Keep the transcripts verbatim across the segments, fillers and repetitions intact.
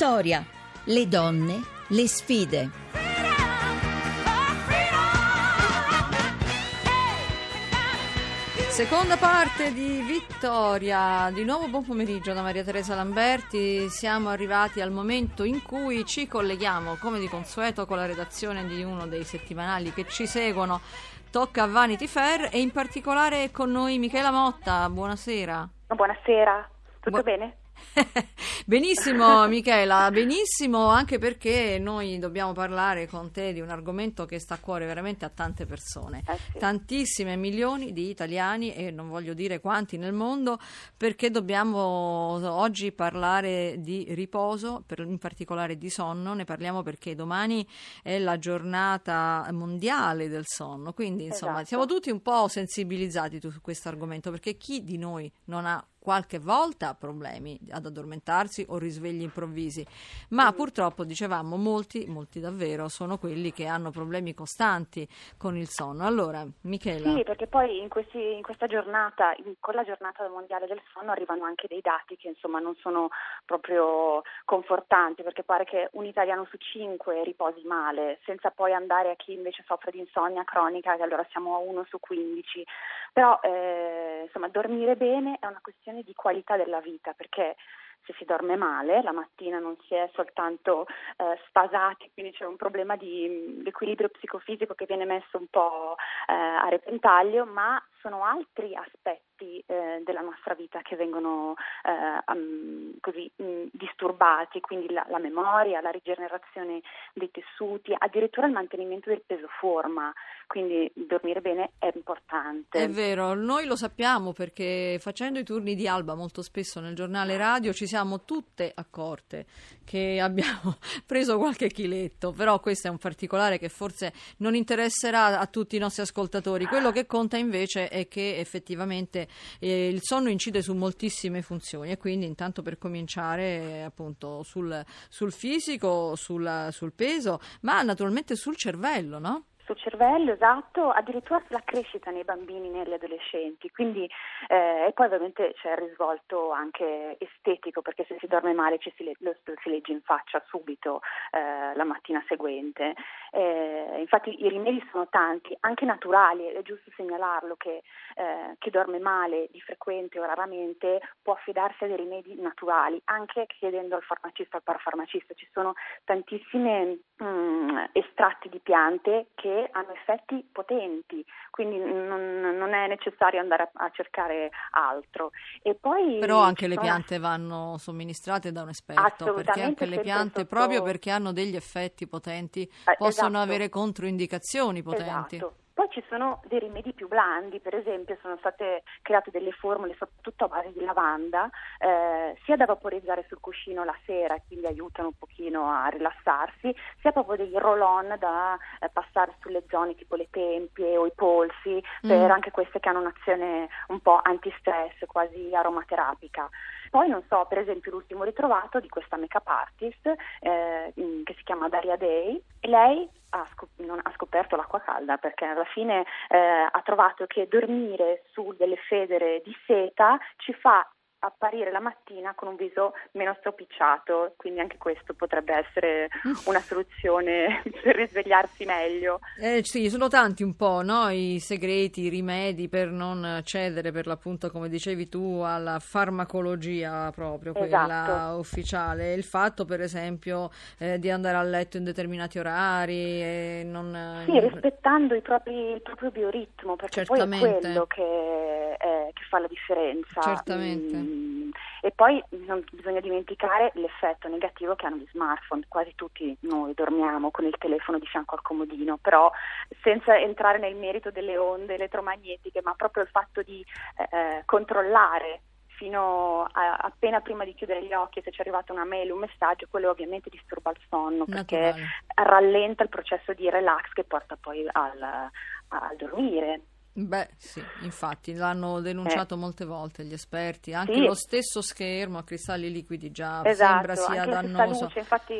Vittoria, le donne, le sfide. Seconda parte di Vittoria. Di nuovo buon pomeriggio da Maria Teresa Lamberti. Siamo arrivati al momento in cui ci colleghiamo, come di consueto, con la redazione di uno dei settimanali che ci seguono. Tocca a Vanity Fair e in particolare con noi Michela Motta. Buonasera. Buonasera, tutto Bu- bene? Benissimo Michela, benissimo, anche perché noi dobbiamo parlare con te di un argomento che sta a cuore veramente a tante persone, Eh sì. tantissime milioni di italiani e non voglio dire quanti nel mondo, perché dobbiamo oggi parlare di riposo, per, in particolare di sonno. Ne parliamo perché domani è la giornata mondiale del sonno, quindi insomma Esatto. siamo tutti un po' sensibilizzati su questo argomento, perché chi di noi non ha qualche volta problemi ad addormentarsi o risvegli improvvisi, ma Mm. purtroppo, dicevamo, molti, molti davvero sono quelli che hanno problemi costanti con il sonno. Allora, Michela. Sì, perché poi in, questi, in questa giornata, in- con la giornata mondiale del sonno, arrivano anche dei dati che insomma non sono proprio confortanti, perché pare che un italiano su cinque riposi male, senza poi andare a chi invece soffre di insonnia cronica, che allora siamo a uno su quindici. Però eh, insomma dormire bene è una questione di qualità della vita, perché se si dorme male la mattina non si è soltanto eh, sfasati, quindi c'è un problema di, di equilibrio psicofisico che viene messo un po' eh, a repentaglio, ma sono altri aspetti eh, della nostra vita che vengono eh, um, così um, disturbati, quindi la, la memoria, la rigenerazione dei tessuti, addirittura il mantenimento del peso forma, quindi dormire bene è importante. È vero, noi lo sappiamo perché facendo i turni di alba molto spesso nel giornale radio ci siamo tutte accorte che abbiamo preso qualche chiletto, però questo è un particolare che forse non interesserà a tutti i nostri ascoltatori. Quello che conta invece è che effettivamente eh, il sonno incide su moltissime funzioni e quindi intanto per cominciare eh, appunto sul, sul fisico, sul, sul peso, ma naturalmente sul cervello, no? Sul cervello, esatto, addirittura sulla crescita nei bambini e negli adolescenti, quindi eh, e poi ovviamente c'è il risvolto anche estetico, perché se si dorme male ci si, le, lo, si legge in faccia subito eh, la mattina seguente. Eh, infatti i rimedi sono tanti, anche naturali, è giusto segnalarlo che eh, chi dorme male di frequente o raramente può affidarsi a dei rimedi naturali, anche chiedendo al farmacista o al parafarmacista. Ci sono tantissimi estratti di piante che hanno effetti potenti, quindi non, non è necessario andare a, a cercare altro. E poi però anche le sono... piante vanno somministrate da un esperto, perché anche le piante, sotto... proprio perché hanno degli effetti potenti, eh, possono esatto. avere controindicazioni potenti. Esatto. Poi ci sono dei rimedi più blandi, per esempio sono state create delle formule soprattutto a base di lavanda, eh, sia da vaporizzare sul cuscino la sera e quindi aiutano un pochino a rilassarsi, sia proprio dei roll-on da eh, passare sulle zone tipo le tempie o i polsi, per Mm. anche queste che hanno un'azione un po' antistress, quasi aromaterapica. Poi non so, per esempio l'ultimo ritrovato di questa make-up artist eh, che si chiama Daria Day, e lei ha, scop- non, ha scoperto l'acqua calda, perché alla fine eh, ha trovato che dormire su delle federe di seta ci fa apparire la mattina con un viso meno stropicciato, quindi anche questo potrebbe essere una soluzione per risvegliarsi meglio. Eh, sì, sono tanti un po', no? I segreti, i rimedi per non cedere, per l'appunto, come dicevi tu, alla farmacologia proprio, quella Esatto. ufficiale. Il fatto, per esempio, eh, di andare a letto in determinati orari e non... Sì, rispettando i propri, il proprio bioritmo, perché poi è Certamente. quello che, eh, che fa la differenza. Certamente. Mm, e poi non bisogna dimenticare l'effetto negativo che hanno gli smartphone. Quasi tutti noi dormiamo con il telefono di fianco al comodino, però senza entrare nel merito delle onde elettromagnetiche, ma proprio il fatto di eh, controllare fino a, appena prima di chiudere gli occhi se ci è arrivata una mail, un messaggio, quello ovviamente disturba il sonno, perché Naturale. rallenta il processo di relax che porta poi al, al dormire. Beh, sì, infatti l'hanno denunciato eh. molte volte gli esperti, anche sì. lo stesso schermo a cristalli liquidi già esatto, sembra sia anche dannoso. La stessa luce, infatti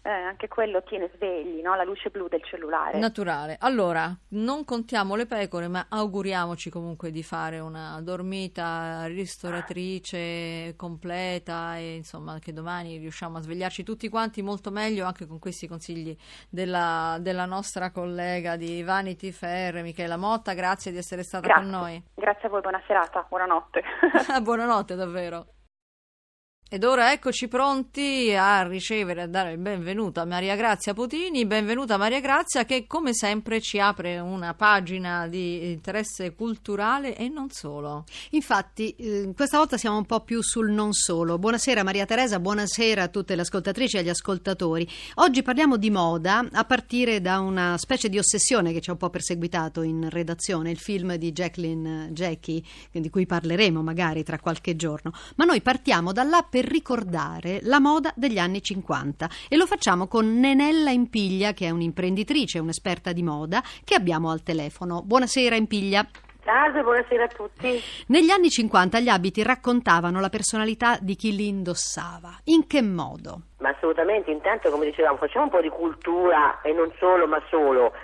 eh, anche quello tiene svegli, no? La luce blu del cellulare. Naturale. Allora, non contiamo le pecore, ma auguriamoci comunque di fare una dormita ristoratrice completa e insomma che domani riusciamo a svegliarci tutti quanti molto meglio, anche con questi consigli della, della nostra collega di Vanity Fair, Michela Motta. Grazie di essere stata Grazie. con noi. Grazie a voi, buona serata, buonanotte. Buonanotte davvero. Ed ora eccoci pronti a ricevere e a dare il benvenuto a Maria Grazia Potini. Benvenuta Maria Grazia, che come sempre ci apre una pagina di interesse culturale e non solo. Infatti eh, questa volta siamo un po' più sul non solo. Buonasera Maria Teresa, buonasera a tutte le ascoltatrici e agli ascoltatori. Oggi parliamo di moda a partire da una specie di ossessione che ci ha un po' perseguitato in redazione, il film di Jacqueline Jackie, di cui parleremo magari tra qualche giorno. Ma noi partiamo da là per ricordare la moda degli anni cinquanta e lo facciamo con Nenella Impiglia, che è un'imprenditrice, un'esperta di moda, che abbiamo al telefono. Buonasera Impiglia. Salve, buonasera a tutti. Negli anni cinquanta gli abiti raccontavano la personalità di chi li indossava. In che modo? Ma assolutamente, intanto come dicevamo facciamo un po' di cultura e non solo ma solo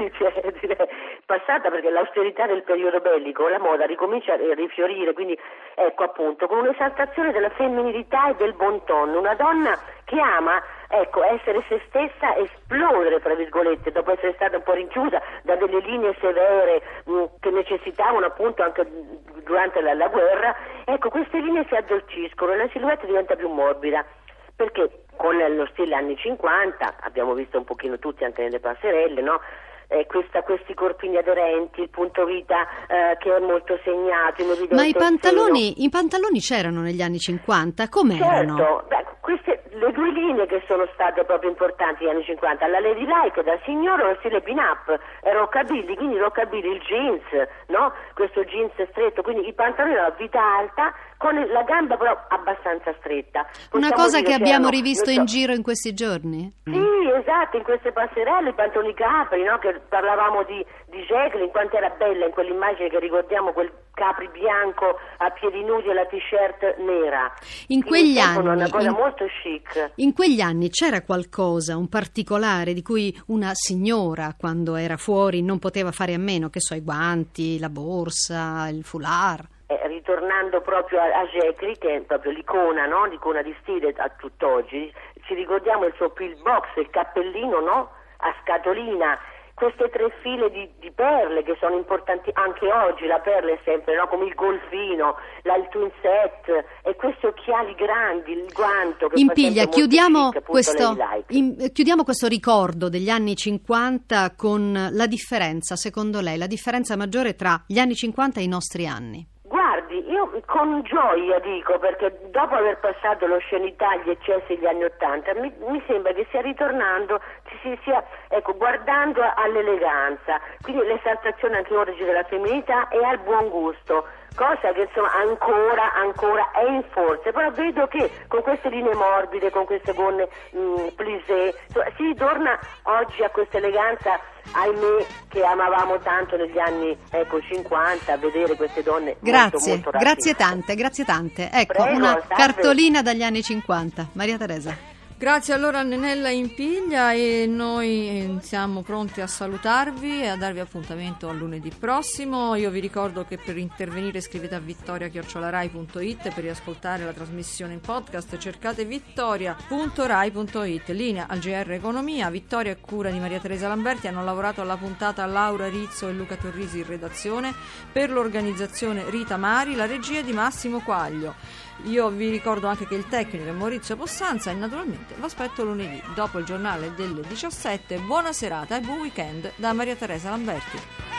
passata, perché l'austerità del periodo bellico, la moda ricomincia a rifiorire, quindi ecco appunto con un'esaltazione della femminilità e del bon ton, una donna che ama ecco essere se stessa, esplodere tra virgolette dopo essere stata un po' rinchiusa da delle linee severe mh, che necessitavano appunto anche durante la, la guerra. Ecco, queste linee si addolciscono e la silhouette diventa più morbida, perché con lo stile anni cinquanta abbiamo visto un pochino tutti anche nelle passerelle, no? Eh, questa, questi corpini aderenti, il punto vita eh, che è molto segnato, in ma i pantaloni, i pantaloni c'erano negli anni cinquanta? Com'erano? Certo, beh, queste le due linee che sono state proprio importanti negli anni cinquanta, la ladylike da signore o lo stile pin-up, rockabilly, quindi rockabilly, il jeans, no? Questo jeans stretto, quindi i pantaloni a vita alta con la gamba però abbastanza stretta. Possiamo Una cosa che abbiamo rivisto so, in giro in questi giorni? Sì, esatto, in queste passerelle, i pantaloni capri, no? Che parlavamo di, di Jacqueline, quanto era bella in quell'immagine che ricordiamo, quel capri bianco a piedi nudi e la t-shirt nera. In quegli anni, una cosa in, molto chic. In quegli anni c'era qualcosa, un particolare di cui una signora quando era fuori non poteva fare a meno, che so, i guanti, la borsa, il foulard? Eh, ritornando proprio a, a Jacqueline, che è proprio l'icona, no? L'icona di stile a tutt'oggi, ci ricordiamo il suo pillbox, il cappellino, no? A scatolina, queste tre file di, di perle che sono importanti anche oggi, la perla è sempre, no? Come il golfino, la, il twin set e questi occhiali grandi, il guanto che Impiglia, fa chiudiamo chic, questo, in, chiudiamo questo ricordo degli anni cinquanta con la differenza, secondo lei, la differenza maggiore tra gli anni cinquanta e i nostri anni. Guardi, io con gioia dico, perché dopo aver passato l'oscenità, gli eccessi degli anni Ottanta, mi, mi sembra che stia ritornando, ci si sia, ecco, guardando all'eleganza, quindi l'esaltazione anche oggi della femminilità e al buon gusto, cosa che insomma ancora, ancora è in forza, però vedo che con queste linee morbide, con queste gonne mh, plissé, insomma, si ritorna oggi a questa eleganza, ahimè, che amavamo tanto negli anni ecco cinquanta, a vedere queste donne grazie, molto, molto grazie tante, grazie tante. Ecco, Prego, una salve. cartolina dagli anni cinquanta. Maria Teresa. Grazie allora a Nenella Impiglia e noi siamo pronti a salutarvi e a darvi appuntamento a lunedì prossimo. Io vi ricordo che per intervenire scrivete a vittoria chiocciola rai punto it, per riascoltare la trasmissione in podcast cercate vittoria punto rai punto it. Linea al G R Economia, Vittoria e cura di Maria Teresa Lamberti, hanno lavorato alla puntata Laura Rizzo e Luca Torrisi in redazione, per l'organizzazione Rita Mari, la regia di Massimo Quaglio. Io vi ricordo anche che il tecnico è Maurizio Possanza e naturalmente vi aspetto lunedì dopo il giornale delle diciassette. Buona serata e buon weekend da Maria Teresa Lamberti.